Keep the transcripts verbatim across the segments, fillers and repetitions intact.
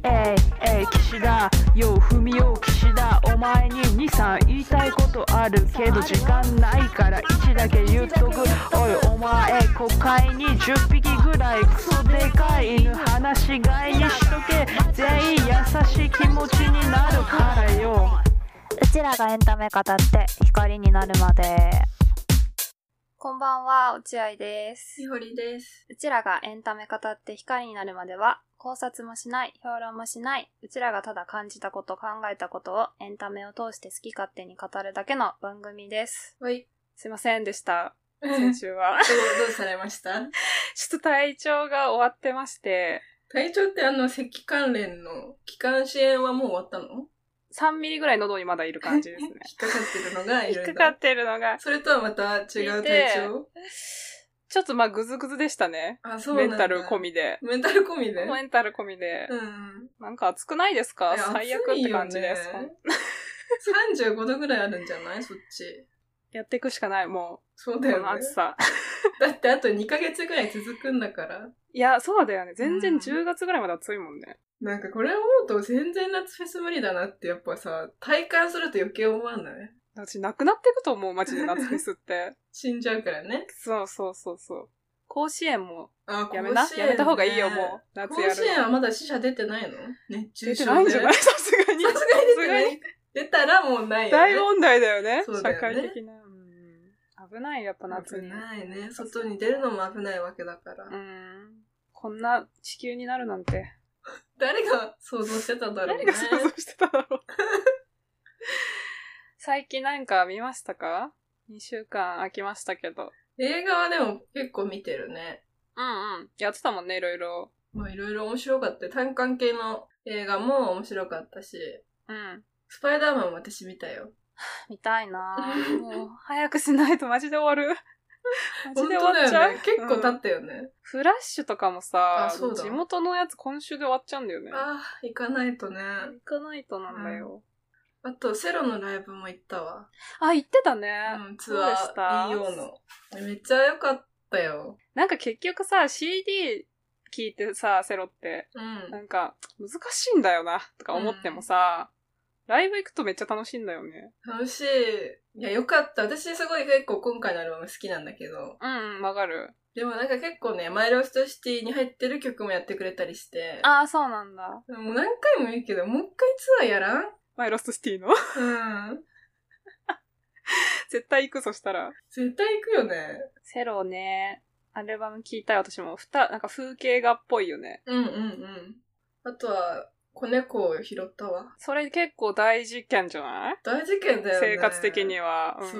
えいえい岸田よう踏みよう岸田お前ににさん言いたいことあるけど時間ないからいちだけ言っとく。おいお前国会にじゅっぴきぐらいクソでかい犬放し飼いにしとけ。全員優しい気持ちになるからよ。 うちらがエンタメ語って光になるまで。こんばんは、落合です。 いほりです。 うちらがエンタメ語って光になるまでは、考察もしない、評論もしない、うちらがただ感じたこと、考えたことをエンタメを通して好き勝手に語るだけの番組です。 はい。 すいませんでした。先週は。 どう、どうされました？ ちょっと体調が終わってまして。 体調ってあの、咳関連の気管支炎はもう終わったの？ さんミリぐらい喉にまだいる感じですね。 引っかかってるのがいるんだ。 引っかかってるのが。 それとはまた違う体調？ ちょっとまあグズグズでしたね。 あ、そうなんだ。 メンタル込みで。 メンタル込みで？ メンタル込みで。 うん。 なんか暑くないですか？最悪って感じです。 さんじゅうごどぐらいあるんじゃない？そっち。 やっていくしかない、もう。 そうだよね。 この暑さ。 だってあとにかげつぐらい続くんだから。 いや、そうだよね。全然じゅうがつぐらいまで暑いもんね。 うん、なんかこれ思うと全然夏フェス無理だなってやっぱさ、体感すると余計思わない？ 私なくなっていくと思う、マジで夏フェスって。 死んじゃうからね。 そうそうそうそう。甲子園もやめな、 あ、ね、 やめた方がいいよ、もう。夏やる。 甲子園はまだ死者出てないの？熱中症で。 出てないんじゃない？さすがに。 さすがに出てない。出たらもうないよね。 大問題だよね。 そうだよね。 社会的な。危ない、やっぱ夏に。 危ないね。外に出るのも危ないわけだから。 うん。こんな地球になるなんて。 誰が想像してただろうね。 誰が想像してただろう。最近なんか見ましたか？ に 週間空きましたけど。 映画はでも結構見てるね。 うんうん。やってたもんね、いろいろ。 まあいろいろ面白かった。単館系の映画も面白かったし。 うん。 スパイダーマンも私見たよ。 見たいなぁ。もう、早くしないとマジで終わる。マジで終わっちゃう。 ね、結構経ったよね、うん。 フラッシュとかもさ、 地元のやつ今週で終わっちゃうんだよね。 ああ、行かないとね。 行かないとなんだよ。 うん、あと、セロのライブも行ったわ。 あ、行ってたね。 うん、ツアー イーオー の。めっちゃ良かったよ。 なんか結局さ、シーディー 聞いてさ、セロって、 うん、 なんか、難しいんだよな、とか思ってもさ、うん、ライブ行くとめっちゃ楽しいんだよね。 楽しい。いや、よかった。私すごい結構今回のアルバム好きなんだけど。 うんうん、わかる。 でもなんか結構ね、マイロストシティに入ってる曲もやってくれたりして。 ああ、そうなんだ。 もう何回も言うけど、もう一回ツアーやらん？ マイロストシティのうん。 絶対行く、そしたら。 絶対行くよね。 セロね、アルバム聴いたい私も。ふた、なんか風景画っぽいよね。 うんうんうん。あとは、子猫を拾ったわ。 それ結構大事件じゃない？ 大事件だよね。 生活的には。 うん、そう。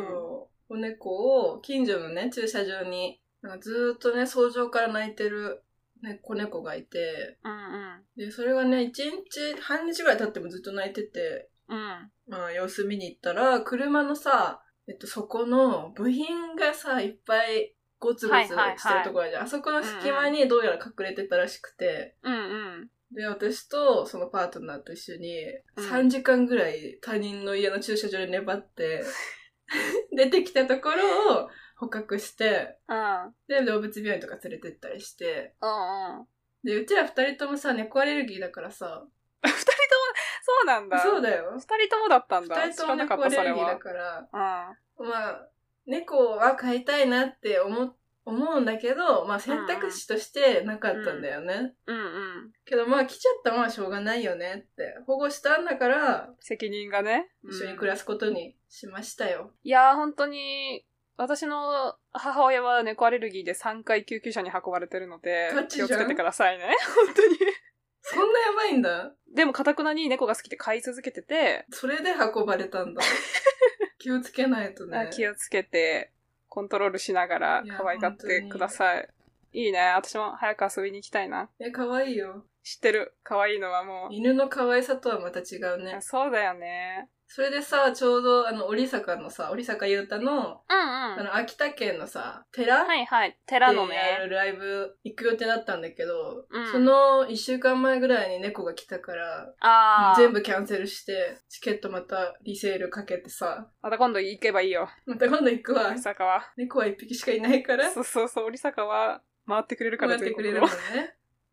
子猫を近所のね、駐車場に、なんかずーっとね、早朝から泣いてる、ね、子猫がいて、 うんうん。 で、それがね、一日、半日ぐらい経ってもずっと泣いてて、 うん。 まあ、様子見に行ったら、車のさ、えっと、そこの部品がさ、いっぱいゴツゴツしてるところあるじゃん。あそこの隙間にどうやら隠れてたらしくて、 うんうん。 で、私とそのパートナーと一緒にさんじかんぐらい他人の家の駐車場で粘って、うん、出てきたところを捕獲して、 うん、 で、動物病院とか連れてったりして、 うんうん、 で、うちら二人ともさ、猫アレルギーだからさ、 二人とも、そうなんだ。 そうだよ。 二人ともだったんだ。 二人とも猫アレルギーだから、うん、まあ、猫は飼いたいなって思って、思うんだけど、まあ選択肢としてなかったんだよね。 うんうん。 けどまあ来ちゃったのはしょうがないよねって。保護したんだから、 責任がね。 一緒に暮らすことにしましたよ。 うん、いやー本当に、私の母親は猫アレルギーでさんかい救急車に運ばれてるので、気をつけてくださいね。本当に。 そんなやばいんだ。 でも堅くなに猫が好きで飼い続けてて。 それで運ばれたんだ。気をつけないとね。 気をつけて。コントロールしながら可愛がってください。いいね。私も早く遊びに行きたいな。 え、可愛いよ。 知ってる。可愛いのはもう。 犬の可愛さとはまた違うね。 そうだよね。 それでさ、ちょうどあの、織坂のさ、織坂優太の、うんうん。 あの、秋田県のさ、寺はいはい。寺のね。 やるライブ行く予定だったんだけど、 うん、 その一週間前ぐらいに猫が来たから、 あ全部キャンセルして、チケットまたリセールかけてさ。 また今度行けばいいよ。 また今度行くわ。 織坂は。 猫は一匹しかいないから。 そうそうそう、織坂は回ってくれるから回ってくれるもんね。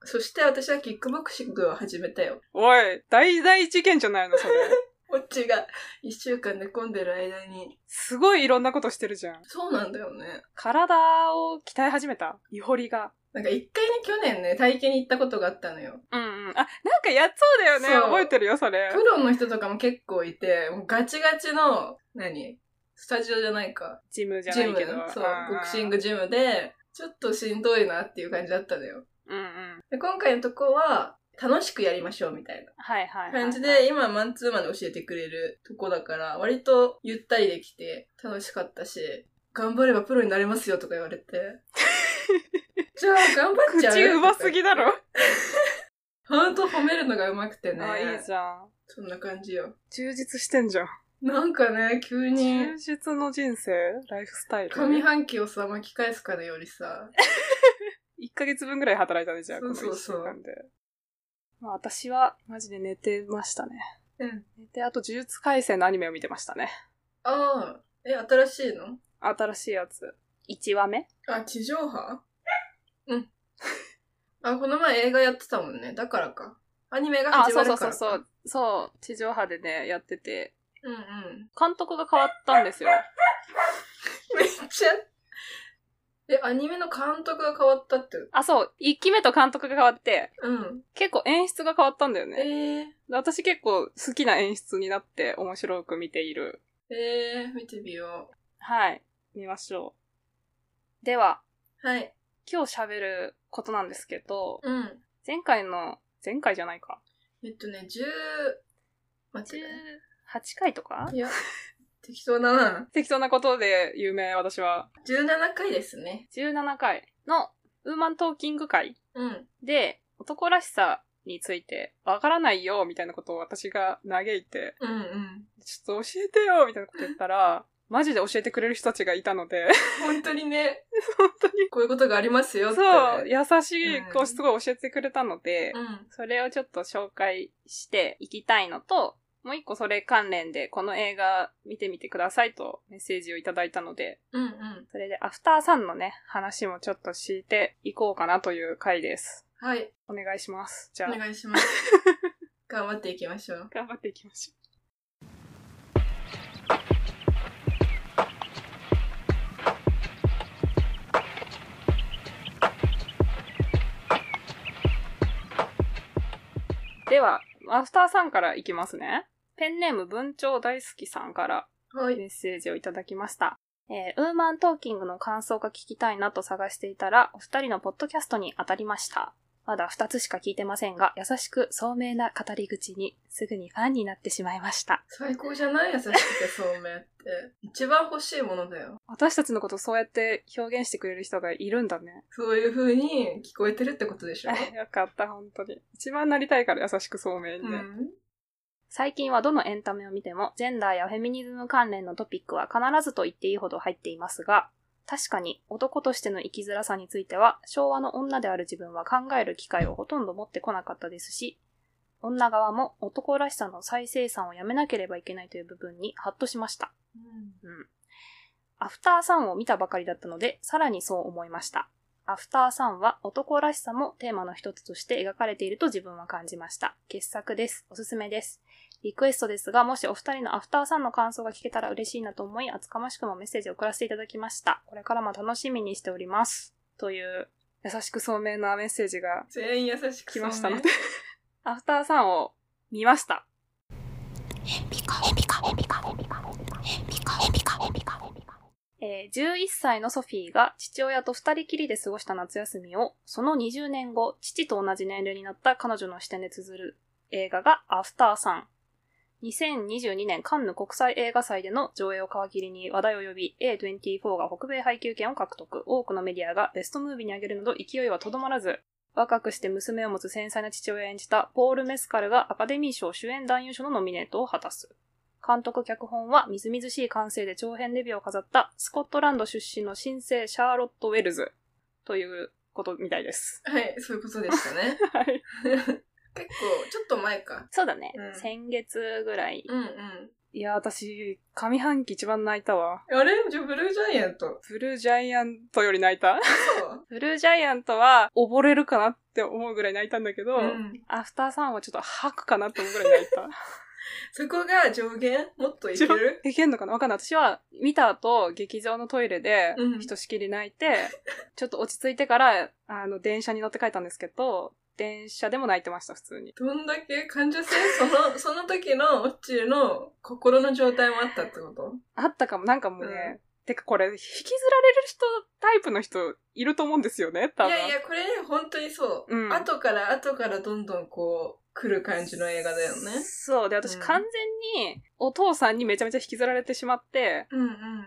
そして私はキックボクシングを始めたよ。 おい、大々事件じゃないのそれ。 こっちが一週間寝込んでる間に。 すごいいろんなことしてるじゃん。 そうなんだよね。 体を鍛え始めた。イホリが。 なんか一回ね、去年ね、体験に行ったことがあったのよ。 うんうん。あ、なんかやっそうだよね。覚えてるよ、それ。 プロの人とかも結構いて、もうガチガチの、何スタジオじゃないか。 ジムじゃないけど。 ジム。そう、ボクシングジムで、ちょっとしんどいなっていう感じだったのよ。 うんうん。 で今回のとこは、楽しくやりましょうみたいなはいはいはい、 感じで、今マンツーマンで教えてくれるとこだから、割とゆったりできて楽しかったし、頑張ればプロになれますよとか言われて。じゃあ頑張っちゃう。 口うますぎだろ。 ほんと褒めるのがうまくてね。 あ、いいじゃん。 そんな感じよ。 充実してんじゃん。 なんかね、急に。 充実の人生ライフスタイル。 上半期をさ、巻き返すかのよりさ。 いっかげつぶんぐらい働いたね、じゃあ、 そうそうそう。 このいっしゅうかんで。まあ私は、マジで寝てましたね。 うん。 寝て、あと呪術廻戦のアニメを見てましたね。 ああ、え、新しいの？ 新しいやつ。いちわめ？ あ、地上波？うん。あ、この前映画やってたもんね。だからか。アニメが始まるからか。 あ、そうそうそうそう。そう、地上波でね、やってて。 うんうん。 監督が変わったんですよ。 めっちゃ。え、アニメの監督が変わったって。 あ、そう。いっきめと監督が変わって、 うん。 結構演出が変わったんだよね。 ええー。 私結構好きな演出になって面白く見ている。 ええー、見てみよう。 はい。見ましょう。では。 はい。 今日喋ることなんですけど、 うん。 前回の、前回じゃないか。 えっとね、じゅう、待ってね。 じゅうはちかいとか？ いや。適当だな。 適当なことで有名、私は。 じゅうななかいですね。 じゅうななかいのウーマントーキング会、 うん、 で、男らしさについてわからないよみたいなことを私が嘆いて、 うんうん、 ちょっと教えてよみたいなこと言ったら、マジで教えてくれる人たちがいたので。 本当にね。 本当に。 こういうことがありますよって。 そう、優しい、こうすごい教えてくれたので、 うん、 それをちょっと紹介していきたいのと、もう一個それ関連でこの映画見てみてくださいとメッセージをいただいたので、 うんうん、 それでアフターさんのね、話もちょっとしていこうかなという回です。 はい。 お願いします。じゃあ。 お願いします。頑張っていきましょう。 頑張っていきましょう。では、アフターさんからいきますね。ペンネーム文鳥大好きさんからメッセージをいただきました。はい、えー、ウーマントーキングの感想が聞きたいなと探していたら、お二人のポッドキャストに当たりました。まだ二つしか聞いてませんが、優しく聡明な語り口にすぐにファンになってしまいました。 最高じゃない？優しくて聡明って。一番欲しいものだよ。 私たちのことそうやって表現してくれる人がいるんだね。 そういう風に聞こえてるってことでしょ？よかった、本当に。一番なりたいから優しく聡明にね。うん、最近はどのエンタメを見ても、ジェンダーやフェミニズム関連のトピックは必ずと言っていいほど入っていますが、確かに男としての生きづらさについては、昭和の女である自分は考える機会をほとんど持ってこなかったですし、女側も男らしさの再生産をやめなければいけないという部分にハッとしました。うんうん、アフターさんを見たばかりだったので、さらにそう思いました。アフターさんは男らしさもテーマの一つとして描かれていると自分は感じました。傑作です。おすすめです。リクエストですが、もしお二人のアフターさんの感想が聞けたら嬉しいなと思い、厚かましくもメッセージを送らせていただきました。これからも楽しみにしております。という優しく聡明なメッセージが全員優しく来ましたのでアフターさんを見ました。えー、じゅういっさいのソフィーが父親と二人きりで過ごした夏休みを、そのにじゅうねんご、父と同じ年齢になった彼女の視点で綴る映画がアフターさん。にせんにじゅうにねんカンヌ国際映画祭での上映を皮切りに話題を呼び、エーにじゅうよん が北米配給権を獲得。多くのメディアがベストムービーに挙げるなど勢いはとどまらず、若くして娘を持つ繊細な父親を演じたポール・メスカルがアカデミー賞主演男優賞のノミネートを果たす。監督脚本はみずみずしい感性で長編デビューを飾ったスコットランド出身の新星シャーロット・ウェルズということみたいです。 はい、そういうことでしたね。 はい。 結構、ちょっと前か。 そうだね、 うん。 先月ぐらい。 うんうん。 いや、私、上半期一番泣いたわ。 あれじゃあブルージャイアント。 ブルージャイアントより泣いたそうブルージャイアントは溺れるかなって思うぐらい泣いたんだけど、 うん、 アフターさんはちょっと吐くかなって思うぐらい泣いた。 そこが上限もっといけるいけんのかなわかんない。私は見た後、劇場のトイレでうんひとしきり泣いて、ちょっと落ち着いてから、あの、電車に乗って帰ったんですけど、電車でも泣いてました、普通に。 どんだけ感受性、その、その時のオッチーの心の状態もあったってこと？ あったかも、なんかもうね、 うんてかこれ、引きずられる人、タイプの人、いると思うんですよね、多分。 いやいや、これね、本当にそう。 うん。 後から後からどんどんこう、来る感じの映画だよね。 そう。で、私、 うん完全に、お父さんにめちゃめちゃ引きずられてしまって、 うんうん。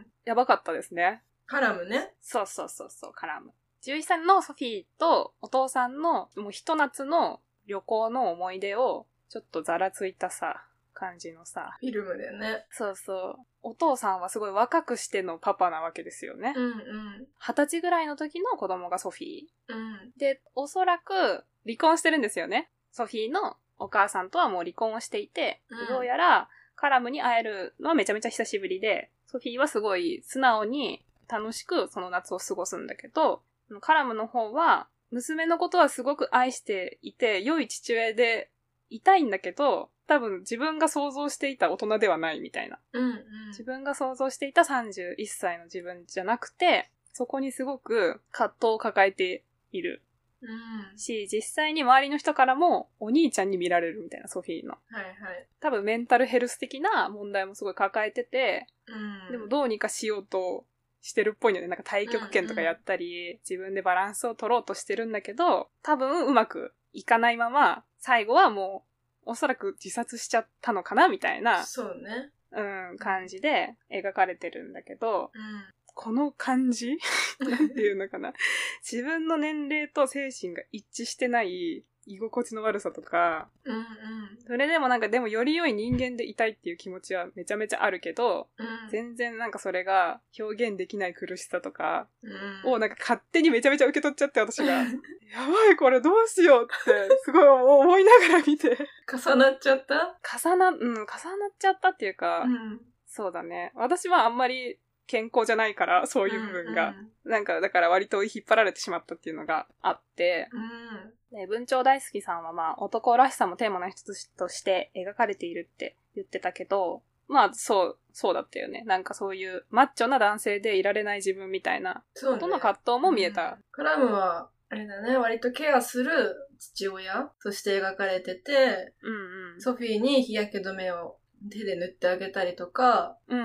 やばかったですね。 絡むね。 そうそうそうそう、絡む。じゅういっさいのソフィーとお父さんの、もうひと夏の旅行の思い出を、ちょっとざらついたさ、感じのさ。 フィルムだよね。 そうそう。お父さんはすごい若くしてのパパなわけですよね。 うんうん。 二十歳ぐらいの時の子供がソフィー。 うん。 で、おそらく離婚してるんですよね。ソフィーのお母さんとはもう離婚をしていて、 うんどうやらカラムに会えるのはめちゃめちゃ久しぶりで、ソフィーはすごい素直に楽しくその夏を過ごすんだけど、カラムの方は娘のことはすごく愛していて、良い父親でいたいんだけど、多分自分が想像していた大人ではないみたいな。 うんうん。 自分が想像していたさんじゅういっさいの自分じゃなくて、そこにすごく葛藤を抱えている。 うん。 し、実際に周りの人からもお兄ちゃんに見られるみたいな、ソフィーの。 はいはい。 多分メンタルヘルス的な問題もすごい抱えてて、 うん。 でもどうにかしようとしてるっぽいので、なんか太極拳とかやったり、うんうん、自分でバランスを取ろうとしてるんだけど、多分うまくいかないまま、最後はもう、おそらく自殺しちゃったのかなみたいな、 そうね。 うん、感じで描かれてるんだけど、 うん。 この感じなんていうのかな。自分の年齢と精神が一致してない居心地の悪さとか、 うんうん。 それでもなんかでもより良い人間でいたいっていう気持ちはめちゃめちゃあるけど、 うん、 全然なんかそれが表現できない苦しさとかうん、 をなんか勝手にめちゃめちゃ受け取っちゃって私が、やばいこれどうしようってすごい思いながら見て。 重なっちゃった？ 重な、うん、重なっちゃったっていうか、 うん、そうだね。私はあんまり健康じゃないから、そういう部分が。うんうん、なんか、だから割と引っ張られてしまったっていうのがあって、 うん、 で文鳥大好きさんはまあ、男らしさもテーマの一つとして描かれているって言ってたけど、まあ、そう、そうだったよね。なんかそういうマッチョな男性でいられない自分みたいな、ことの葛藤も見えた。 うん、クラムは、あれだね、割とケアする父親として描かれてて、 うんうん、 ソフィーに日焼け止めを手で塗ってあげたりとか、 うんうん、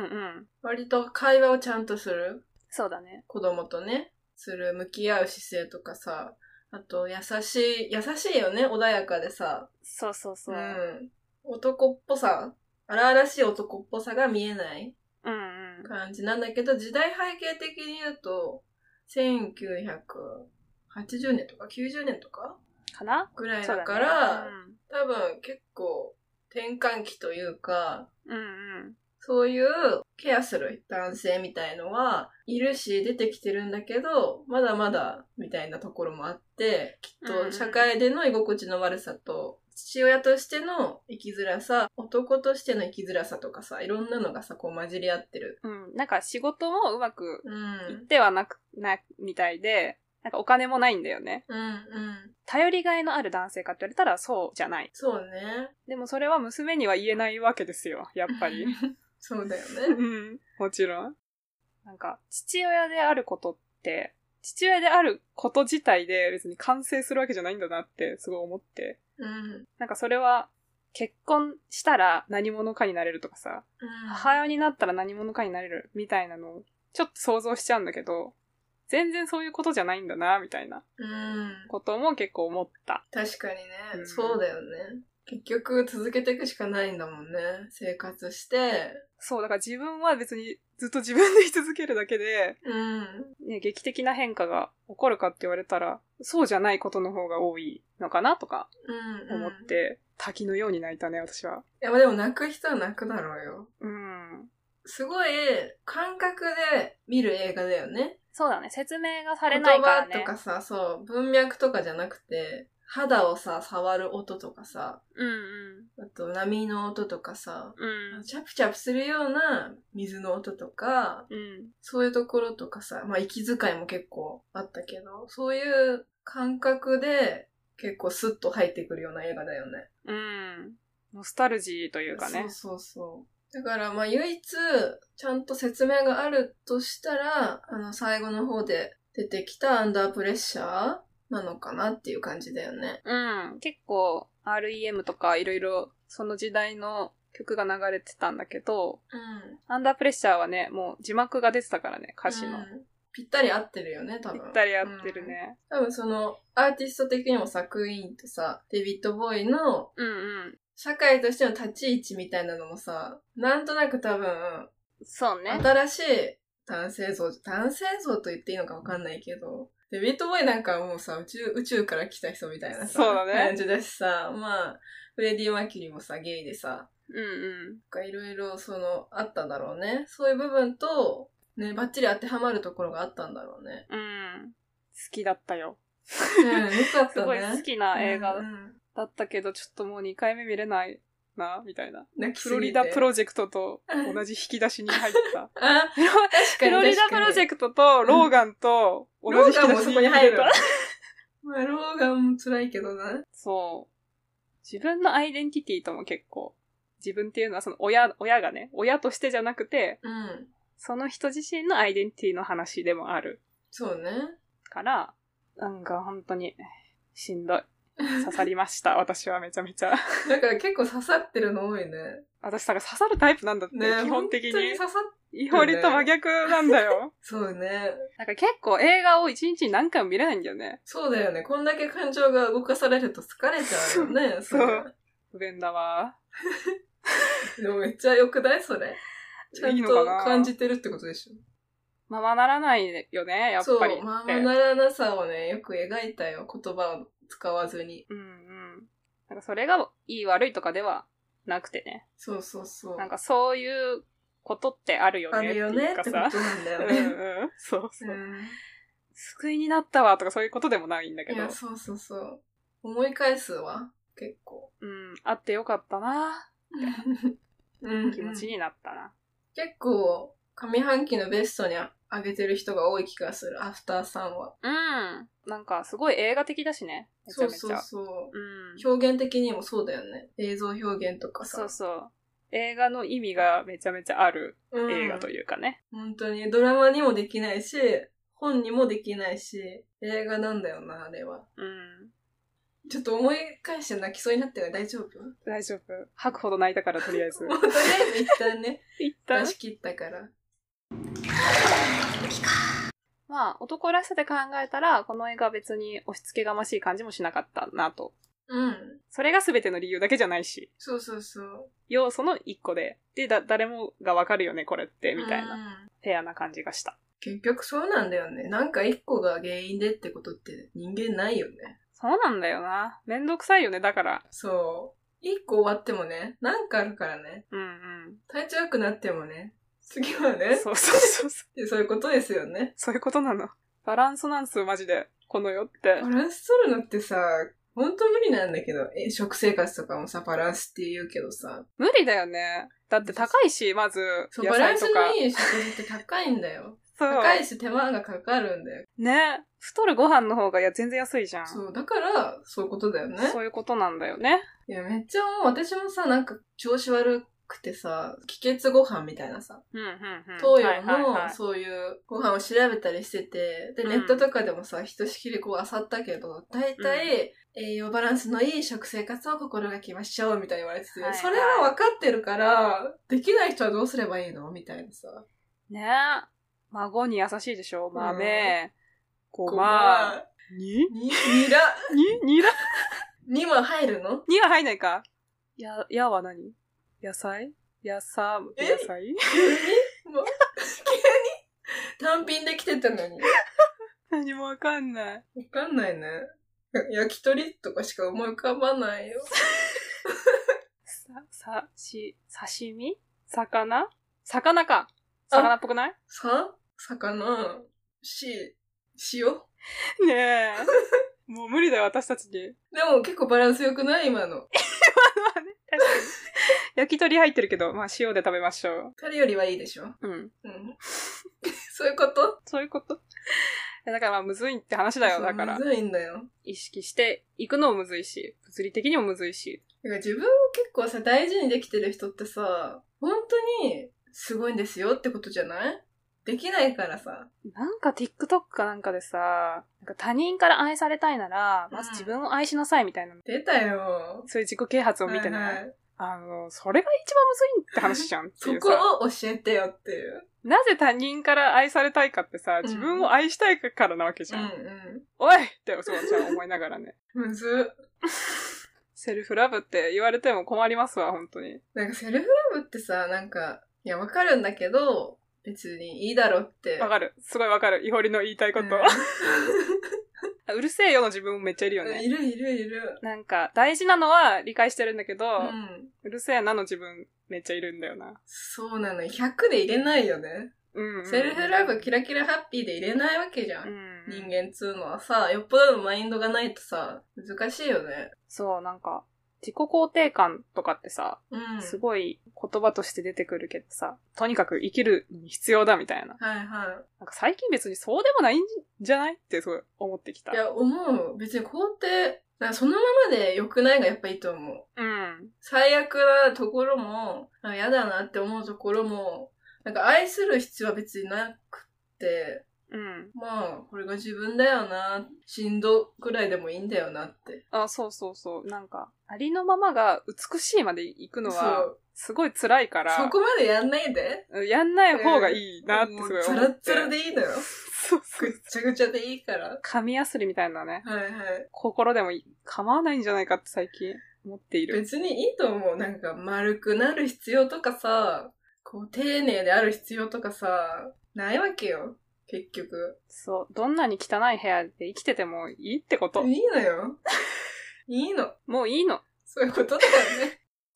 割と会話をちゃんとする。 そうだね。 子供とね、する向き合う姿勢とかさ、あと優しい、優しいよね、穏やかでさ。 そうそうそう。 うん。男っぽさ、荒々しい男っぽさが見えない感じなんだけど、時代背景的に言うと、せんきゅうひゃくはちじゅうねんとかきゅうじゅうねんとかかなぐらいだから、 ねうん、 多分結構転換期というか、 うんうん、 そういうケアする男性みたいのはいるし出てきてるんだけど、まだまだみたいなところもあって、きっと社会での居心地の悪さと、父親としての生きづらさ、男としての生きづらさとかさ、いろんなのがさ、こう混じり合ってる。 うん。なんか仕事もうまくいってはなく、な、みたいで、なんかお金もないんだよね。 うんうん。 頼りがいのある男性かって言われたらそうじゃない。 そうね。 でもそれは娘には言えないわけですよ、やっぱり。 そうだよね。 うん。もちろん。なんか、父親であることって、父親であること自体で別に完成するわけじゃないんだなってすごい思って。 うん。 なんかそれは、結婚したら何者かになれるとかさ、うん、母親になったら何者かになれるみたいなのをちょっと想像しちゃうんだけど、全然そういうことじゃないんだな、みたいなことも結構思った。 確かにね、うん、そうだよね。結局続けていくしかないんだもんね。生活して。 そう、だから自分は別にずっと自分で居続けるだけで、 うんね、劇的な変化が起こるかって言われたら、そうじゃないことの方が多いのかなとか思って、うんうん、滝のように泣いたね、私は。 いや、でも泣く人は泣くだろうよ。 うん。 すごい感覚で見る映画だよね。 そうだね。説明がされないからね。 言葉とかさ、そう、文脈とかじゃなくて、肌をさ、触る音とかさ、 うんうん。 と波の音とかさ、 うん。 チャプチャプするような水の音とか、 うん。 そういうところとかさ、まあ息遣いも結構あったけど、そういう感覚で結構スッと入ってくるような映画だよね。 うん。ノスタルジーというかね。 そうそうそう。だからまあ唯一ちゃんと説明があるとしたら、あの最後の方で出てきたアンダープレッシャーなのかなっていう感じだよね。 うん。結構 アールイーエム とかいろいろその時代の曲が流れてたんだけど、 うん。 アンダープレッシャーはね、もう字幕が出てたからね、歌詞の。 うん、ぴったり合ってるよね、多分。 ぴったり合ってるね。 うん、多分その、アーティスト的にもさ、クイーンとさ、デビッド・ボーイの、 うんうん。 社会としての立ち位置みたいなのもさ、なんとなく多分、 そうね。 新しい男性像、男性像と言っていいのかわかんないけど、デビッド・ボーイなんかはもうさ、宇宙、宇宙から来た人みたいなさ、 そうだね。 感じだしさ、まあ、フレディ・マーキュリーもさ、ゲイでさ、 うんうん。 いろいろその、あったんだろうね。そういう部分と、ね、バッチリ当てはまるところがあったんだろうね。 うん。好きだったよ。 うん、よかったね。 すごい好きな映画うんうん、 だったけど、ちょっともうにかいめ見れないな、みたいな。 泣きすぎてフロリダプロジェクトと同じ引き出しに入った。 あ、確かにフロリダプロジェクトとローガンと同じ引き出しに入った。 まあ、ローガンも辛いけどな。 そう。自分のアイデンティティとも結構、自分っていうのはその親、親がね、親としてじゃなくて、 うん。 その人自身のアイデンティティの話でもある。 そうね。 から、なんか本当にしんどい。刺さりました。私はめちゃめちゃ。 だから結構刺さってるの多いね。 私さ、刺さるタイプなんだって、 ね、 基本的に。 本当に刺さっイホリと真逆なんだよ。 そうね。 なんか結構映画を一日に何回も見れないんだよね。 そうだよね。こんだけ感情が動かされると疲れちゃうよね。 そう。不便だわ。 でもめっちゃ良くないそれ。ちゃんと感じてるってことでしょ。 ままならないよね、やっぱり。 そう、ままならなさをね、よく描いたよ。言葉を使わずに。 うんうん。なんかそれがいい悪いとかではなくてね。 そうそうそう。 なんかそういうことってあるよねっていうかさ。 あるよねってことなんだよね。 うんうん。そうそう、 うん。 救いになったわとかそういうことでもないんだけど。 いや、そうそうそう。思い返すわ、結構。 うん、あってよかったなって気持ちになったな。 結構、上半期のベストに上げてる人が多い気がする、アフターさんは。 うん。なんか、すごい映画的だしね。めちゃめちゃ。 そうそうそう。 うん、 表現的にもそうだよね。映像表現とかさ。 そうそう。映画の意味がめちゃめちゃある映画というかね。 うん、本当に、ドラマにもできないし、本にもできないし、映画なんだよな、あれは。 うん。 ちょっと思い返して泣きそうになってる大丈夫？ 大丈夫。吐くほど泣いたから、とりあえず。 もうとりあえず一旦ね、 一旦出し切ったから。 まあ、男らしさで考えたら、この映画は別に押し付けがましい感じもしなかったなと。 うん。 それが全ての理由だけじゃないし。 そうそうそう。 要素の一個で。で、だ、誰もがわかるよね、これって、みたいな。フェアな感じがした。 結局そうなんだよね。なんか一個が原因でってことって人間ないよね。 そうなんだよな。めんどくさいよね、だから。 そう。一個終わってもね、なんかあるからね。 うんうん。 体調良くなってもね、次はね。 そうそうそうそう。 そういうことですよね。 そういうことなの。バランスなんす、マジで。この世って。 バランス取るのってさ、ほんと無理なんだけど、え、食生活とかもさ、バランスって言うけどさ。 無理だよね。だって高いし、まず、 そう、バランスのいい食事って高いんだよ。高いし手間がかかるんだよ。 ね。太るご飯の方がいや全然安いじゃん。 そう、だから、そういうことだよね。 そういうことなんだよね。 いや、めっちゃもう、私もさ、なんか、調子悪くてさ、気血ご飯みたいなさ、 うんうんうん。 東洋の、そういうご飯を調べたりしてて、で、ネットとかでもさ、ひとしきりこう漁ったけど、大体、うん、栄養バランスのいい食生活を心がけましょう、みたいに言われてて、はいはい、それは分かってるから、できない人はどうすればいいのみたいなさ。 ねえ。孫に優しいでしょ豆、うん、ごま、にに、にら。 ににらには入るの？ には入んないか。や、やは何？野菜？やさ、野菜？ 急にもう、急に単品で来てたのに。 何もわかんない。 わかんないね。焼き鳥とかしか思い浮かばないよ。 さ、さ、し、刺身？魚？魚か。魚っぽくない？ さ？魚、し、塩？ ねえ。もう無理だよ、私たちに。 でも結構バランス良くない今の。 今のはね、確かに。 焼き鳥入ってるけど、まあ塩で食べましょタレよりはいいでしょ。 う。うん。 うん。そういうこと？ そういうことだからまあむずいって話だよ、だから。 むずいんだよ。 意識していくのもむずいし、物理的にもむずいし。 だから自分を結構さ、大事にできてる人ってさ、本当にすごいんですよってことじゃない？できないからさ。 なんか TikTok かなんかでさ、なんか他人から愛されたいなら、まず自分を愛しなさいみたいな。 出たよ。 そういう自己啓発を見てね。 はいはい、 あの、それが一番むずいって話じゃんっていうさ。 そこを教えてよっていう。 なぜ他人から愛されたいかってさ、自分を愛したいからなわけじゃん。 うんうん、 おいってそうじゃん思いながらね。 むずっ。 セルフラブって言われても困りますわ、本当に。 なんかセルフラブってさ、なんか、いやわかるんだけど、別にいいだろって。 わかる。すごいわかる。イホリの言いたいこと。うん、うるせえよの自分もめっちゃいるよね。 いるいるいる。 なんか、大事なのは理解してるんだけど、 うん、 うるせえなの自分めっちゃいるんだよな。 そうなの。ひゃくで入れないよね。 うんうんうん、 セルフラブキラキラハッピーで入れないわけじゃん。うんうん、人間っつうのはさ、よっぽどのマインドがないとさ、難しいよね。 そう、なんか、自己肯定感とかってさ、 うん、 すごい言葉として出てくるけどさ、とにかく生きるに必要だみたいな。 はいはい。 なんか最近別にそうでもないんじゃないってすごい思ってきた。 いや、思う。別に肯定、なんかそのままで良くないがやっぱいいと思う。 うん。 最悪なところも、なんか嫌だなって思うところも、なんか愛する必要は別になくて、 うん。 まあ、これが自分だよな。しんどくらいでもいいんだよなって。 あ、そうそうそう。なんか、ありのままが美しいまで行くのは、すごい辛いから。 そこまでやんないで。 やんない方がいいなってすごい思って。 もうツラッツラでいいのよ。 そうそう。 ぐっちゃぐちゃでいいから。 紙やすりみたいなね。 はいはい。 心でも構わないんじゃないかって最近思っている。 別にいいと思う。なんか丸くなる必要とかさ、こう丁寧である必要とかさ、ないわけよ。結局。 そう。どんなに汚い部屋で生きててもいいってこと。 いいのよ。いいの。 もういいの。 そういうことだよね。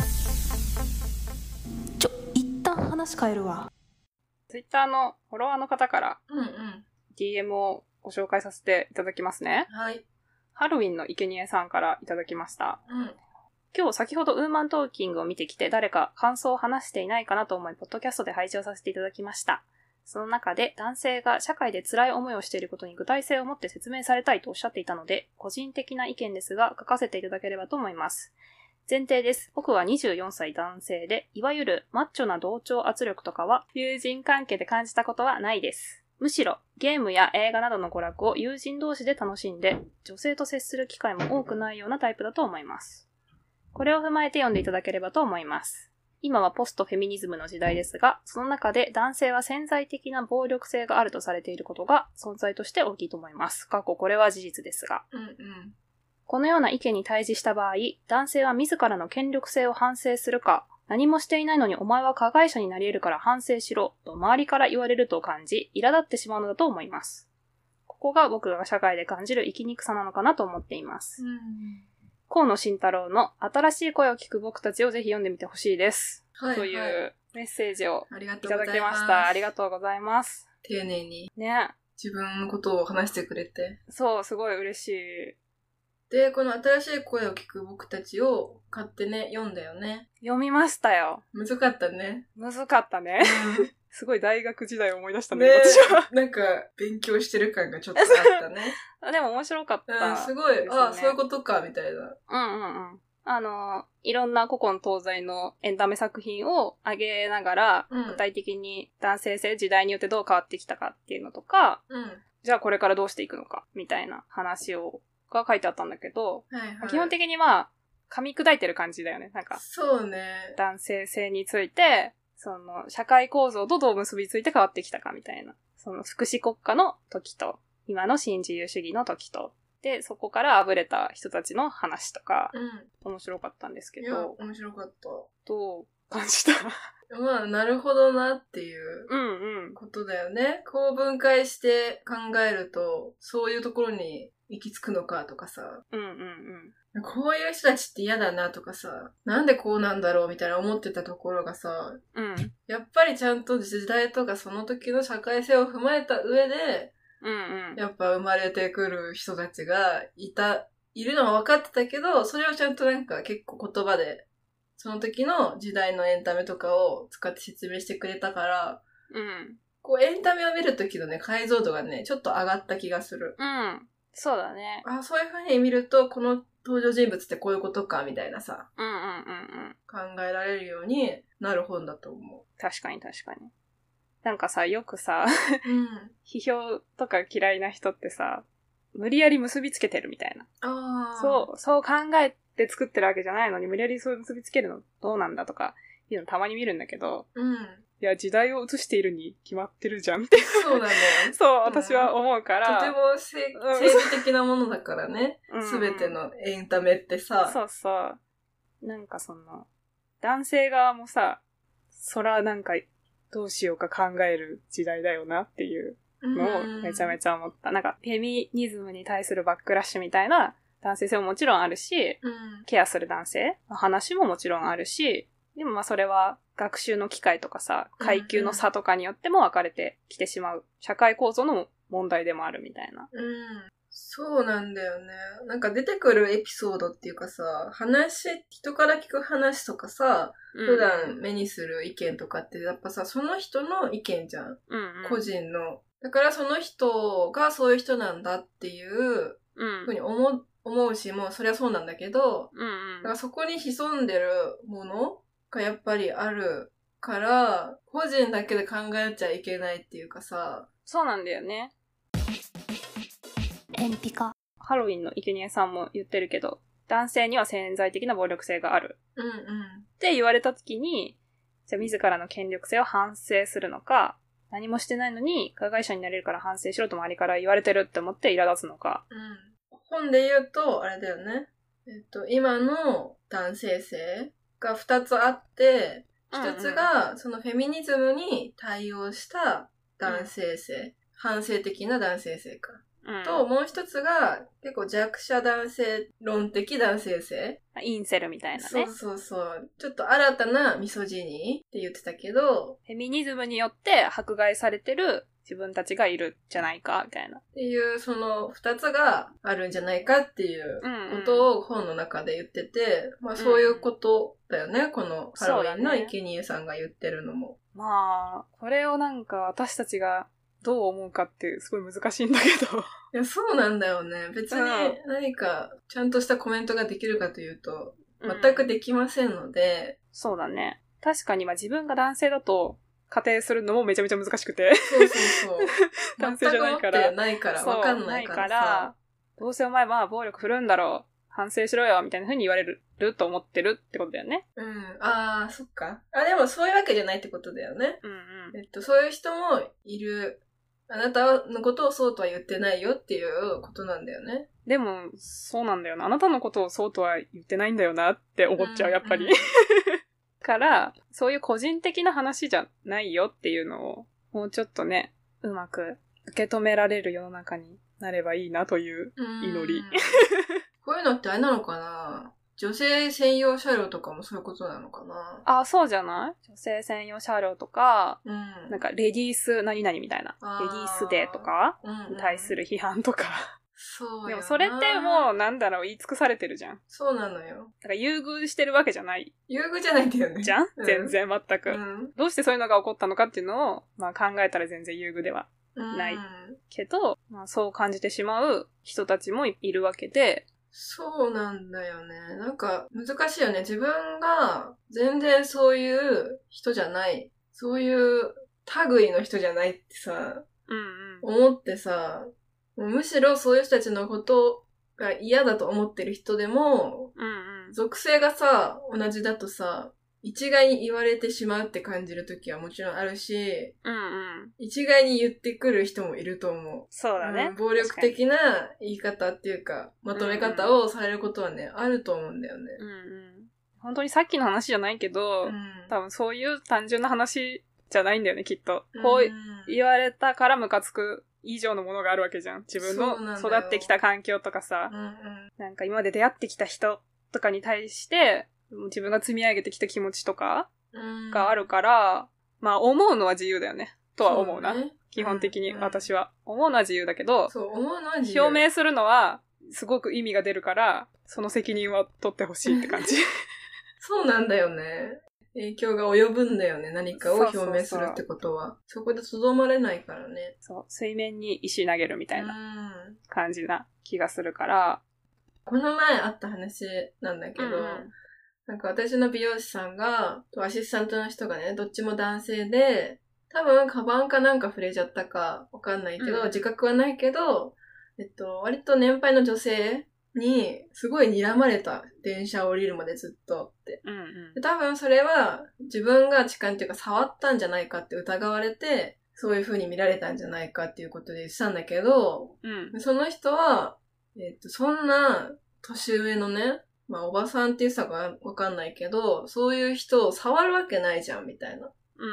ちょ、一旦話変えるわ。 ツイッターのフォロワーの方から、 うんうん。 ディーエム をご紹介させていただきますね。 はい。 ハロウィンの生贄さんからいただきました。 うん。 今日先ほどウーマントーキングを見てきて誰か感想を話していないかなと思い、ポッドキャストで配信をさせていただきました。その中で男性が社会で辛い思いをしていることに具体性を持って説明されたいとおっしゃっていたので、個人的な意見ですが書かせていただければと思います。前提です。僕はにじゅうよんさい男性で、いわゆるマッチョな同調圧力とかは友人関係で感じたことはないです。むしろゲームや映画などの娯楽を友人同士で楽しんで、女性と接する機会も多くないようなタイプだと思います。これを踏まえて読んでいただければと思います。今はポストフェミニズムの時代ですが、その中で男性は潜在的な暴力性があるとされていることが存在として大きいと思います。過去これは事実ですが。 うんうん。 このような意見に対峙した場合、男性は自らの権力性を反省するか、何もしていないのにお前は加害者になり得るから反省しろと周りから言われると感じ、苛立ってしまうのだと思います。ここが僕が社会で感じる生きにくさなのかなと思っています。 うん、 河野慎太郎の新しい声を聞く僕たちをぜひ読んでみてほしいです。はい、というメッセージをいただきました。ありがとうございます。 丁寧に。 ね。 自分のことを話してくれて。 そう、すごい嬉しい。 で、この新しい声を聞く僕たちを買ってね、読んだよね。 読みましたよ。 むずかったね。 むずかったね。すごい大学時代を思い出したね、 ね私は。 なんか、勉強してる感がちょっとあったね。 でも面白かった、ね。 うん、すごい、あ、そういうことか、みたいな。 うんうんうん。あの、いろんな古今東西のエンタメ作品を挙げながら、うん、具体的に男性性、時代によってどう変わってきたかっていうのとか、 うん、 じゃあこれからどうしていくのか、みたいな話を、が書いてあったんだけど、 はいはい、 基本的には噛み砕いてる感じだよね。なんか、 そうね。 男性性について、その、社会構造とどう結びついて変わってきたかみたいな。その、福祉国家の時と、今の新自由主義の時と、で、そこからあぶれた人たちの話とか、 うん、 面白かったんですけど。 いや、面白かった。 どう感じたまあ、なるほどなっていうことだよね。こう分解して考えると、そういうところに行き着くのかとかさ。 うんうんうん。こういう人たちって嫌だなとかさ、なんでこうなんだろうみたいな思ってたところがさ、 うん、 やっぱりちゃんと時代とかその時の社会性を踏まえた上で、 うんうん、 やっぱ生まれてくる人たちがいた、いるのは分かってたけど、それをちゃんとなんか結構言葉でその時の時代のエンタメとかを使って説明してくれたから、 うん。 こうエンタメを見る時のね、解像度がね、ちょっと上がった気がする。 うん。そうだね。 あ、そういう風に見ると、この登場人物ってこういうことか、みたいなさ。 うんうんうんうん。 考えられるようになる本だと思う。 確かに確かに。なんかさ、よくさ、 うん、 批評とか嫌いな人ってさ、無理やり結びつけてるみたいな。 あそう、そう考えて作ってるわけじゃないのに、無理やりそう結びつけるのどうなんだとか、いうのたまに見るんだけど、 うん。 いや、時代を映しているに決まってるじゃんって。 そうなんだよ。 そう、私は思うから。 とても正義的なものだからね。すべ、うん、てのエンタメってさ。 そうそう。なんかその、男性側もさ、そらなんか、どうしようか考える時代だよなっていうのをめちゃめちゃ思った。なんか、フェミニズムに対するバックラッシュみたいな男性性ももちろんあるし、 うん、 ケアする男性の話ももちろんあるし、でもまあそれは学習の機会とかさ、階級の差とかによっても分かれてきてしまう。社会構造の問題でもあるみたいな。 うん。そうなんだよね。なんか出てくるエピソードっていうかさ、話、人から聞く話とかさ、普段目にする意見とかってやっぱさ、その人の意見じゃん。 うんうん、 個人の。だからその人がそういう人なんだっていうふうに思う、思うし、もうそりゃそうなんだけど、 うんうん、 だからそこに潜んでるものがやっぱりあるから、個人だけで考えちゃいけないっていうかさ。 そうなんだよね。 エンピカ。 ハロウィンの生贄さんも言ってるけど、男性には潜在的な暴力性がある。 うんうん。 って言われたときに、じゃあ自らの権力性を反省するのか、何もしてないのに加害者になれるから反省しろと周りから言われてるって思って苛立つのか。 うん。本で言うと、あれだよね。えっと、今の男性性が二つあって、一つがそのフェミニズムに対応した男性性。うん、反省的な男性性か。 うん、 と、もう一つが、結構弱者男性論的男性性。 インセルみたいなね。 そうそうそう。ちょっと新たなミソジニーって言ってたけど、 フェミニズムによって迫害されてる自分たちがいるじゃないか、みたいな。 っていう、その二つがあるんじゃないかっていうことを本の中で言ってて、うんうん、まあそういうことだよね、うん、このハロウィンの生贄さんが言ってるのも。 まあ、これをなんか私たちがどう思うかってすごい難しいんだけど。 いや、そうなんだよね。別に何かちゃんとしたコメントができるかというと、全くできませんので、 うん。そうだね。確かにまあ自分が男性だと仮定するのもめちゃめちゃ難しくて。 そうそうそう。 男性じゃないから。 全くないから、わかんないからさ。 どうせお前は暴力振るんだろう。反省しろよ、みたいな風に言われると思ってるってことだよね。 うん。ああ、そっか。あ、でもそういうわけじゃないってことだよね。 うんうん。 えっと、そういう人もいる。あなたのことをそうとは言ってないよっていうことなんだよね。 でも、そうなんだよな。あなたのことをそうとは言ってないんだよなって思っちゃう、やっぱり。うんうん、から、そういう個人的な話じゃないよっていうのを、もうちょっとね、うまく受け止められる世の中になればいいなという祈り。 こういうのってあれなのかな？女性専用車両とかもそういうことなのかな？ あ、そうじゃない？女性専用車両とか、 うん、 なんかレディース何々みたいな。レディースデーとかに対する批判とか。 そうでもそれってもうなんだろう、言い尽くされてるじゃん。 そうなのよ。 だから優遇してるわけじゃない。 優遇じゃないんだよね。 じゃん、うん、全然全く、 うん。 どうしてそういうのが起こったのかっていうのを、まあ、考えたら全然優遇ではない。うん、けど、まあ、そう感じてしまう人たちもいるわけで、 そうなんだよね。なんか難しいよね。自分が全然そういう人じゃない。そういう類の人じゃないってさ、 うんうん、 思ってさ、むしろそういう人たちのことが嫌だと思ってる人でも、 うんうん、 属性がさ、同じだとさ、一概に言われてしまうって感じるときはもちろんあるし、 うんうん、 一概に言ってくる人もいると思う。 そうだね。 うん、暴力的な言い方っていうか、まとめ方をされることはね、うんうん、あると思うんだよね。 うんうん。本当にさっきの話じゃないけど、 うん、 多分そういう単純な話じゃないんだよね、きっと。こう言われたからムカつく以上のものがあるわけじゃん。自分の育ってきた環境とかさ、 うんうん、 なんか今まで出会ってきた人とかに対して、自分が積み上げてきた気持ちとかがあるから、うん、まあ思うのは自由だよね。とは思うな。うね、基本的に私は、うんうん。思うのは自由だけど、 そう、思うのは自由。 表明するのはすごく意味が出るから、その責任は取ってほしいって感じ。 そうなんだよね。影響が及ぶんだよね。何かを表明するってことは。そこでとどまれないからね。 そう。水面に石投げるみたいな感じな気がするから。 この前あった話なんだけど、うん、なんか私の美容師さんが、アシスタントの人がね、どっちも男性で、多分カバンかなんか触れちゃったかわかんないけど、うん、自覚はないけど、えっと、割と年配の女性にすごい睨まれた。電車を降りるまでずっとって、 うんうん、 で。多分それは自分が痴漢っていうか触ったんじゃないかって疑われて、そういう風に見られたんじゃないかっていうことで言ってたんだけど、 うん、 その人は、えっと、そんな年上のね、まあおばさんって言ってたかわかんないけど、そういう人を触るわけないじゃんみたいな。 うんうん。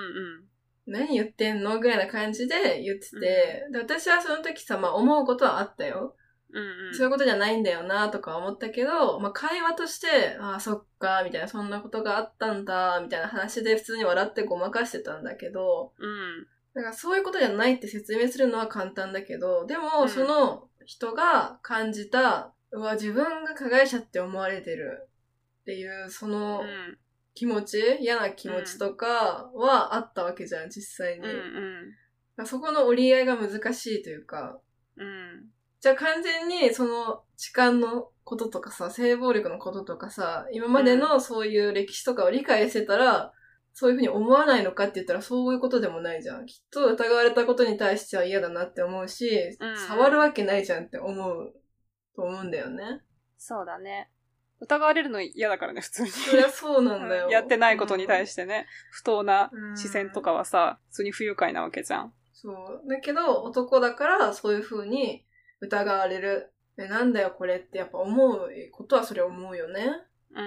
何言ってんのぐらいな感じで言ってて、うん、で私はその時さ、まあ思うことはあったよ。 うんうん、 そういうことじゃないんだよなとか思ったけど、まあ会話として、ああそっか、みたいな、そんなことがあったんだ、みたいな話で普通に笑ってごまかしてたんだけど、 うん。 だからそういうことじゃないって説明するのは簡単だけど、でも、その人が感じた、うわ、自分が加害者って思われてるっていう、その気持ち、嫌な気持ちとかはあったわけじゃん、実際に。 うんうん、そこの折り合いが難しいというか、 うん。 じゃあ完全にその痴漢のこととかさ、性暴力のこととかさ、今までのそういう歴史とかを理解してたら、うん、そういうふうに思わないのかって言ったらそういうことでもないじゃん。きっと疑われたことに対しては嫌だなって思うし、うん、触るわけないじゃんって思うと思うんだよね。 そうだね。疑われるの嫌だからね、普通に。 そりゃそうなんだよ。 やってないことに対してね、うん、不当な視線とかはさ、普通に不愉快なわけじゃん。 そう。だけど、男だからそういう風に疑われる。え、なんだよこれってやっぱ思うことはそれ思うよね。 うんうん。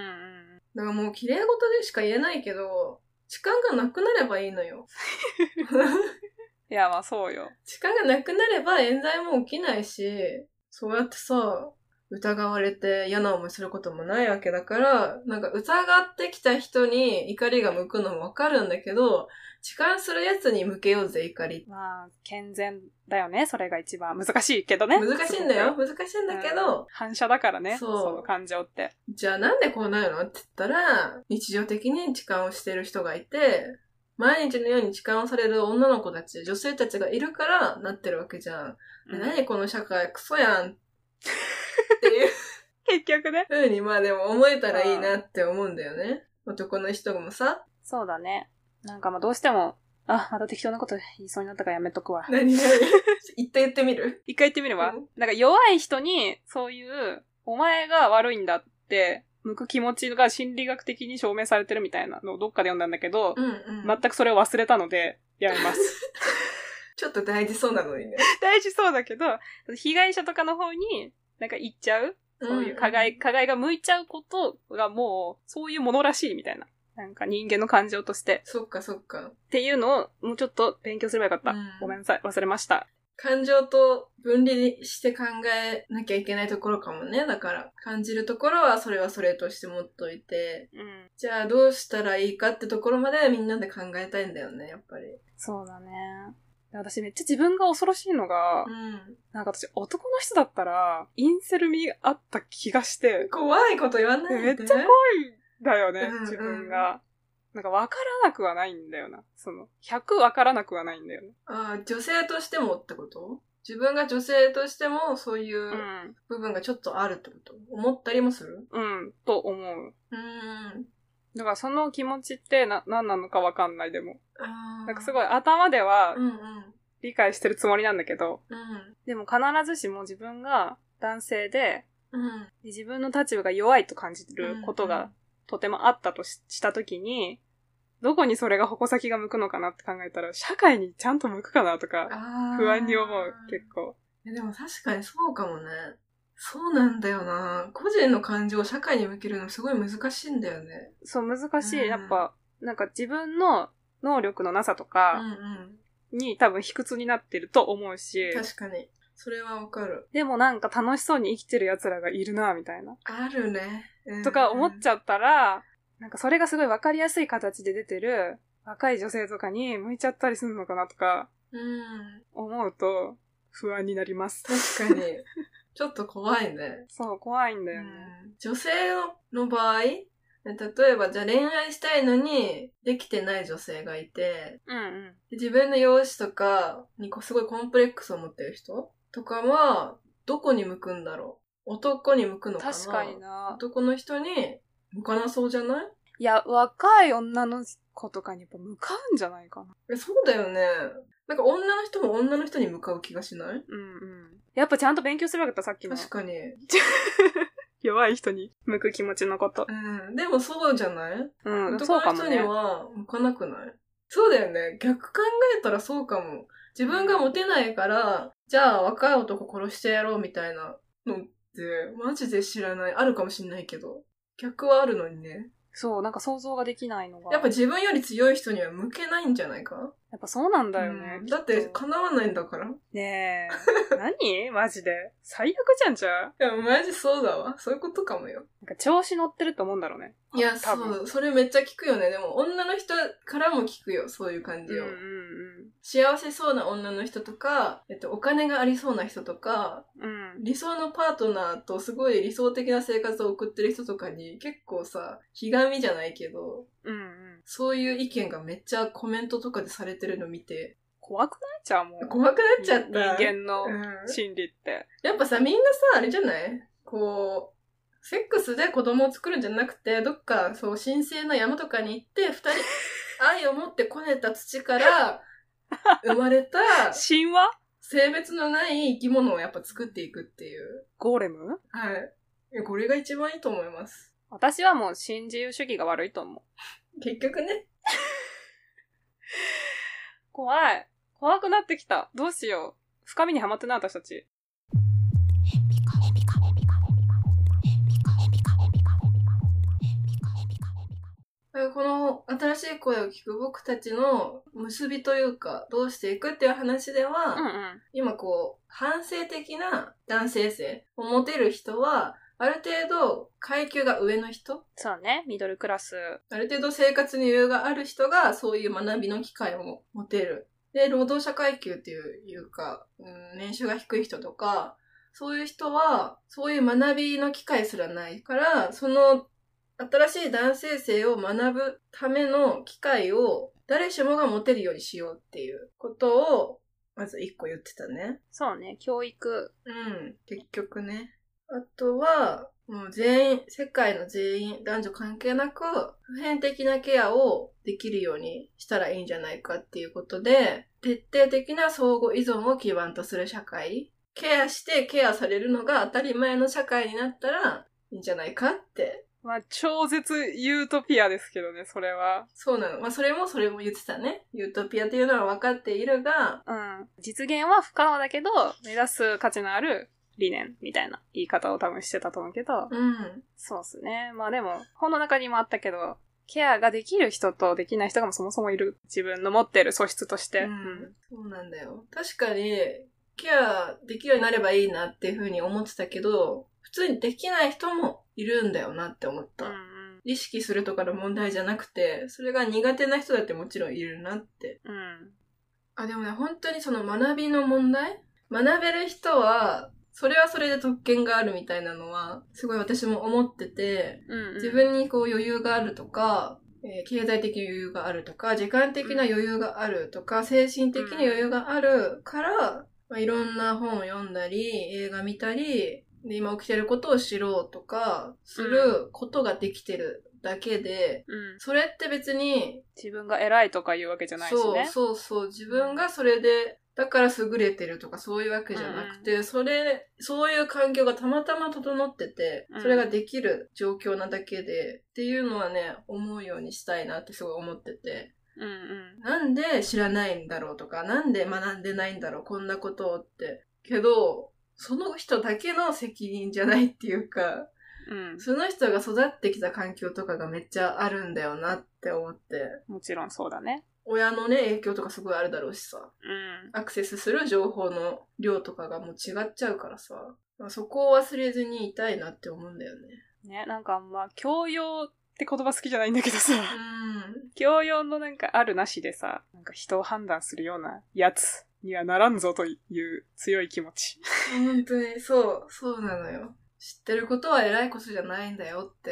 だからもう綺麗事でしか言えないけど、痴漢がなくなればいいのよ。 いや、まあそうよ。 痴漢がなくなれば冤罪も起きないし、そうやってさ、疑われて嫌な思いすることもないわけだから、なんか疑ってきた人に怒りが向くのもわかるんだけど、痴漢するやつに向けようぜ、怒り。 まあ、健全だよね。それが一番難しいけどね。 難しいんだよ。難しいんだけど、うん、 反射だからね。 そう。 その感情って。 じゃあなんでこうなるのって言ったら、日常的に痴漢をしてる人がいて、毎日のように痴漢をされる女の子たち、女性たちがいるからなってるわけじゃん。うん、何この社会クソやんっていう結局ね。 ふうにまあでも思えたらいいなって思うんだよね。男の人もさ。 そうだね。なんかまあどうしても、あ、また適当なこと言いそうになったからやめとくわ。 何何一回言ってみる一回言ってみるわ。うん、なんか弱い人にそういう、お前が悪いんだって向く気持ちが心理学的に証明されてるみたいなのをどっかで読んだんだけど、 うんうん、 全くそれを忘れたのでやめます。 ちょっと大事そうなのにね。 大事そうだけど、被害者とかの方になんか言っちゃうそういう加害、加害が向いちゃうことがもう、そういうものらしいみたいな。なんか人間の感情として。 そっかそっか。 っていうのをもうちょっと勉強すればよかった。うん、ごめんなさい。忘れました。 感情と分離して考えなきゃいけないところかもね。だから、感じるところはそれはそれとして持っといて、 うん、 じゃあどうしたらいいかってところまでみんなで考えたいんだよね、やっぱり。 そうだね。私めっちゃ自分が恐ろしいのが、 うん、 なんか私男の人だったら、インセル味あった気がして。 怖いこと言わないで。 めっちゃ怖いんだよね、うんうん、自分が。なんか分からなくはないんだよな。その、ひゃく分からなくはないんだよね。 ああ、女性としてもってこと自分が女性としてもそういう部分がちょっとあるってこと、うん、思ったりもするうん、と思う。 うーん。 だからその気持ちってな、何なのか分かんないでも。 あなんかすごい頭ではうんうん、 理解してるつもりなんだけど、 うん、 でも必ずしも自分が男性で、 うん、 自分の立場が弱いと感じることがとてもあったと し, したときに、どこにそれが矛先が向くのかなって考えたら、社会にちゃんと向くかなとか、不安に思う、結構。 いやでも確かにそうかもね。そうなんだよな。個人の感情を社会に向けるのすごい難しいんだよね。 そう、難しい。うん、やっぱ、なんか自分の能力のなさとかに多分卑屈になってると思うし。 確かに。それはわかる。 でもなんか楽しそうに生きてる奴らがいるな、みたいな。 あるね。 うん、とか思っちゃったら、なんかそれがすごいわかりやすい形で出てる若い女性とかに向いちゃったりするのかなとか、思うと不安になります。 確かに。ちょっと怖いね。 そう、怖いんだよね。 うん、女性の場合、 例えば、じゃあ恋愛したいのに、できてない女性がいて、 うんうん。 自分の容姿とかにすごいコンプレックスを持ってる人とかは、どこに向くんだろう。男に向くのかな。 確かにな。 男の人に向かなそうじゃない？ いや、若い女の子とかにやっぱ向かうんじゃないかな。 え、そうだよね。なんか女の人も女の人に向かう気がしない？ うんうん。やっぱちゃんと勉強すればよかった、さっきの。 確かに。 弱い人に向く気持ちのこと。 うん。でもそうじゃない？ うん、 男の人には向かなくない？そうだよね。逆考えたらそうかも。自分がモテないから、じゃあ若い男殺してやろうみたいなのって、マジで知らない。あるかもしんないけど。逆はあるのにね。 そう、なんか想像ができないのが。 やっぱ自分より強い人には向けないんじゃないか？ やっぱそうなんだよね。 うん、だって叶わないんだから。 ねえ。何マジで。最悪じゃんじゃあ。 いや、マジそうだわ。そういうことかもよ。 なんか調子乗ってると思うんだろうね。 いや、そう。それめっちゃ聞くよね。でも女の人からも聞くよ。そういう感じを。うんうんうん、幸せそうな女の人とか、えっと、お金がありそうな人とか、うん、理想のパートナーとすごい理想的な生活を送ってる人とかに結構さ、ひがみじゃないけど、うんうん、そういう意見がめっちゃコメントとかでされてるの見て、 怖くなっちゃうもん。 怖くなっちゃった。 人間の心理って、 うん。やっぱさ、みんなさ、あれじゃないこう、セックスで子供を作るんじゃなくて、どっか、そう、神聖な山とかに行って、二人、愛を持ってこねた土から生まれた、 神話？ 性別のない生き物をやっぱ作っていくっていう。 ゴーレム？ はい。これが一番いいと思います。 私はもう新自由主義が悪いと思う。結局ね。 怖い。怖くなってきた。どうしよう。深みにはまってない私たち。 この新しい声を聞く僕たちの結びというか、どうしていくっていう話では、うんうん、今こう、反省的な男性性を持てる人は、ある程度階級が上の人、 そうね、ミドルクラス。 ある程度生活に余裕がある人がそういう学びの機会を持てる。で、労働者階級っていうか、うん、年収が低い人とか、そういう人は、そういう学びの機会すらないから、その新しい男性性を学ぶための機会を誰しもが持てるようにしようっていうことを、まず一個言ってたね。 そうね、教育。 うん、結局ね。あとは、もう全員、世界の全員、男女関係なく、普遍的なケアをできるようにしたらいいんじゃないかっていうことで、徹底的な相互依存を基盤とする社会、ケアしてケアされるのが当たり前の社会になったらいいんじゃないかって。 まあ、超絶ユートピアですけどね、それは。 そうなの。まあ、それもそれも言ってたね。ユートピアっていうのは分かっているが、 うん。実現は不可能だけど、目指す価値のある理念みたいな言い方を多分してたと思うけど、 うん。 そうっすね。まあでも、本の中にもあったけど、ケアができる人とできない人がそもそもいる。自分の持っている素質として。 うん。そうなんだよ。確かに、ケアできるようになればいいなっていうふうに思ってたけど、普通にできない人もいるんだよなって思った。うんうん、意識するとかの問題じゃなくて、それが苦手な人だってもちろんいるなって。 うん。 あ、でもね、本当にその学びの問題？学べる人は、それはそれで特権があるみたいなのは、すごい私も思ってて、うんうん、自分にこう余裕があるとか、えー、経済的余裕があるとか、時間的な余裕があるとか、うん、精神的に余裕があるから、まあ、いろんな本を読んだり、映画見たり、で今起きてることを知ろうとか、することができてるだけで、うん、それって別に、 自分が偉いとか言うわけじゃないしね。 そうそうそう。自分がそれで、だから優れてるとかそういうわけじゃなくて、うん、それ、そういう環境がたまたま整ってて、それができる状況なだけで、っていうのはね、思うようにしたいなってすごい思ってて。 うんうん、 なんで知らないんだろうとか、なんで学んでないんだろう、こんなことをって。けど、その人だけの責任じゃないっていうか、うん、その人が育ってきた環境とかがめっちゃあるんだよなって思って。 もちろんそうだね。 親のね、影響とかすごいあるだろうしさ。 うん。 アクセスする情報の量とかがもう違っちゃうからさ。そこを忘れずにいたいなって思うんだよね。 ね、なんかまあ、教養って言葉好きじゃないんだけどさ。 うん。 教養のなんかあるなしでさ、なんか人を判断するようなやつにはならんぞという強い気持ち。 本当に、そう、そうなのよ。知ってることは偉いことじゃないんだよって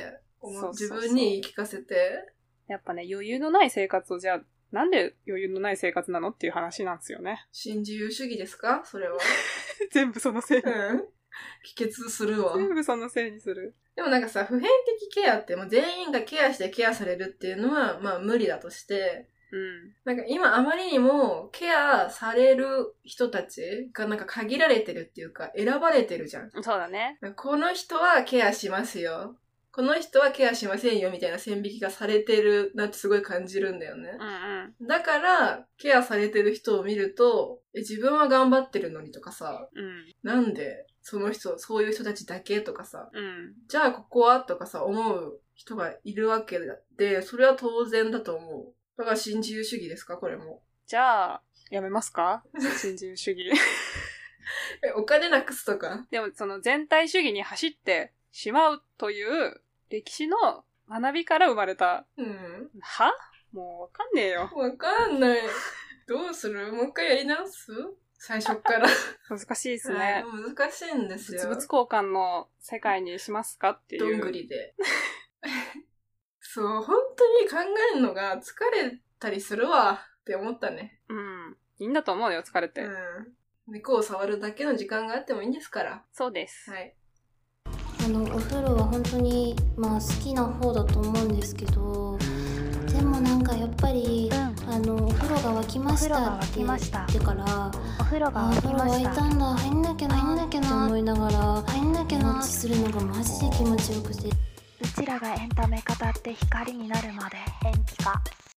思うそうそうそう自分に言い聞かせて。 やっぱね、余裕のない生活をじゃあ、なんで余裕のない生活なのっていう話なんですよね。 新自由主義ですかそれは。 全部そのせいに。 うん。帰結するわ。 全部そのせいにする。 でもなんかさ、普遍的ケアってもう全員がケアしてケアされるっていうのは、まあ無理だとして、 うん。 なんか今あまりにもケアされる人たちがなんか限られてるっていうか、選ばれてるじゃん。 そうだね。 この人はケアしますよ。この人はケアしませんよみたいな線引きがされてるなってすごい感じるんだよね。 うんうん。 だから、ケアされてる人を見ると、え、自分は頑張ってるのにとかさ、 うん。 なんでその人、そういう人たちだけとかさ、 うん。 じゃあここはとかさ、思う人がいるわけで、それは当然だと思う。だから新自由主義ですかこれも。 じゃあ、やめますか新自由主義。 え、お金なくすとかでも、その全体主義に走ってしまうという歴史の学びから生まれた。 うん。 はもうわかんねえよ。 わかんない。どうするもう一回やり直す最初から。 難しいですはいね。 難しいんですよ。 物々交換の世界にしますかっていう。 どんぐりで。そう、本当に考えるのが疲れたりするわって思ったね。 うん。いいんだと思うよ、疲れて。 うん。猫を触るだけの時間があってもいいんですから。 そうです。 はい。 あのお風呂は本当にまあ好きな方だと思うんですけど、でもなんかやっぱり、うん、あのお風呂が沸きましたって言ってからお風呂が沸きました。 お風呂沸いたんだ、入んなきゃな入んなきゃなって思いながら入んなきゃなってするのがマジで気持ちよくて、 うちらがエンタメ語って光になるまで延期か。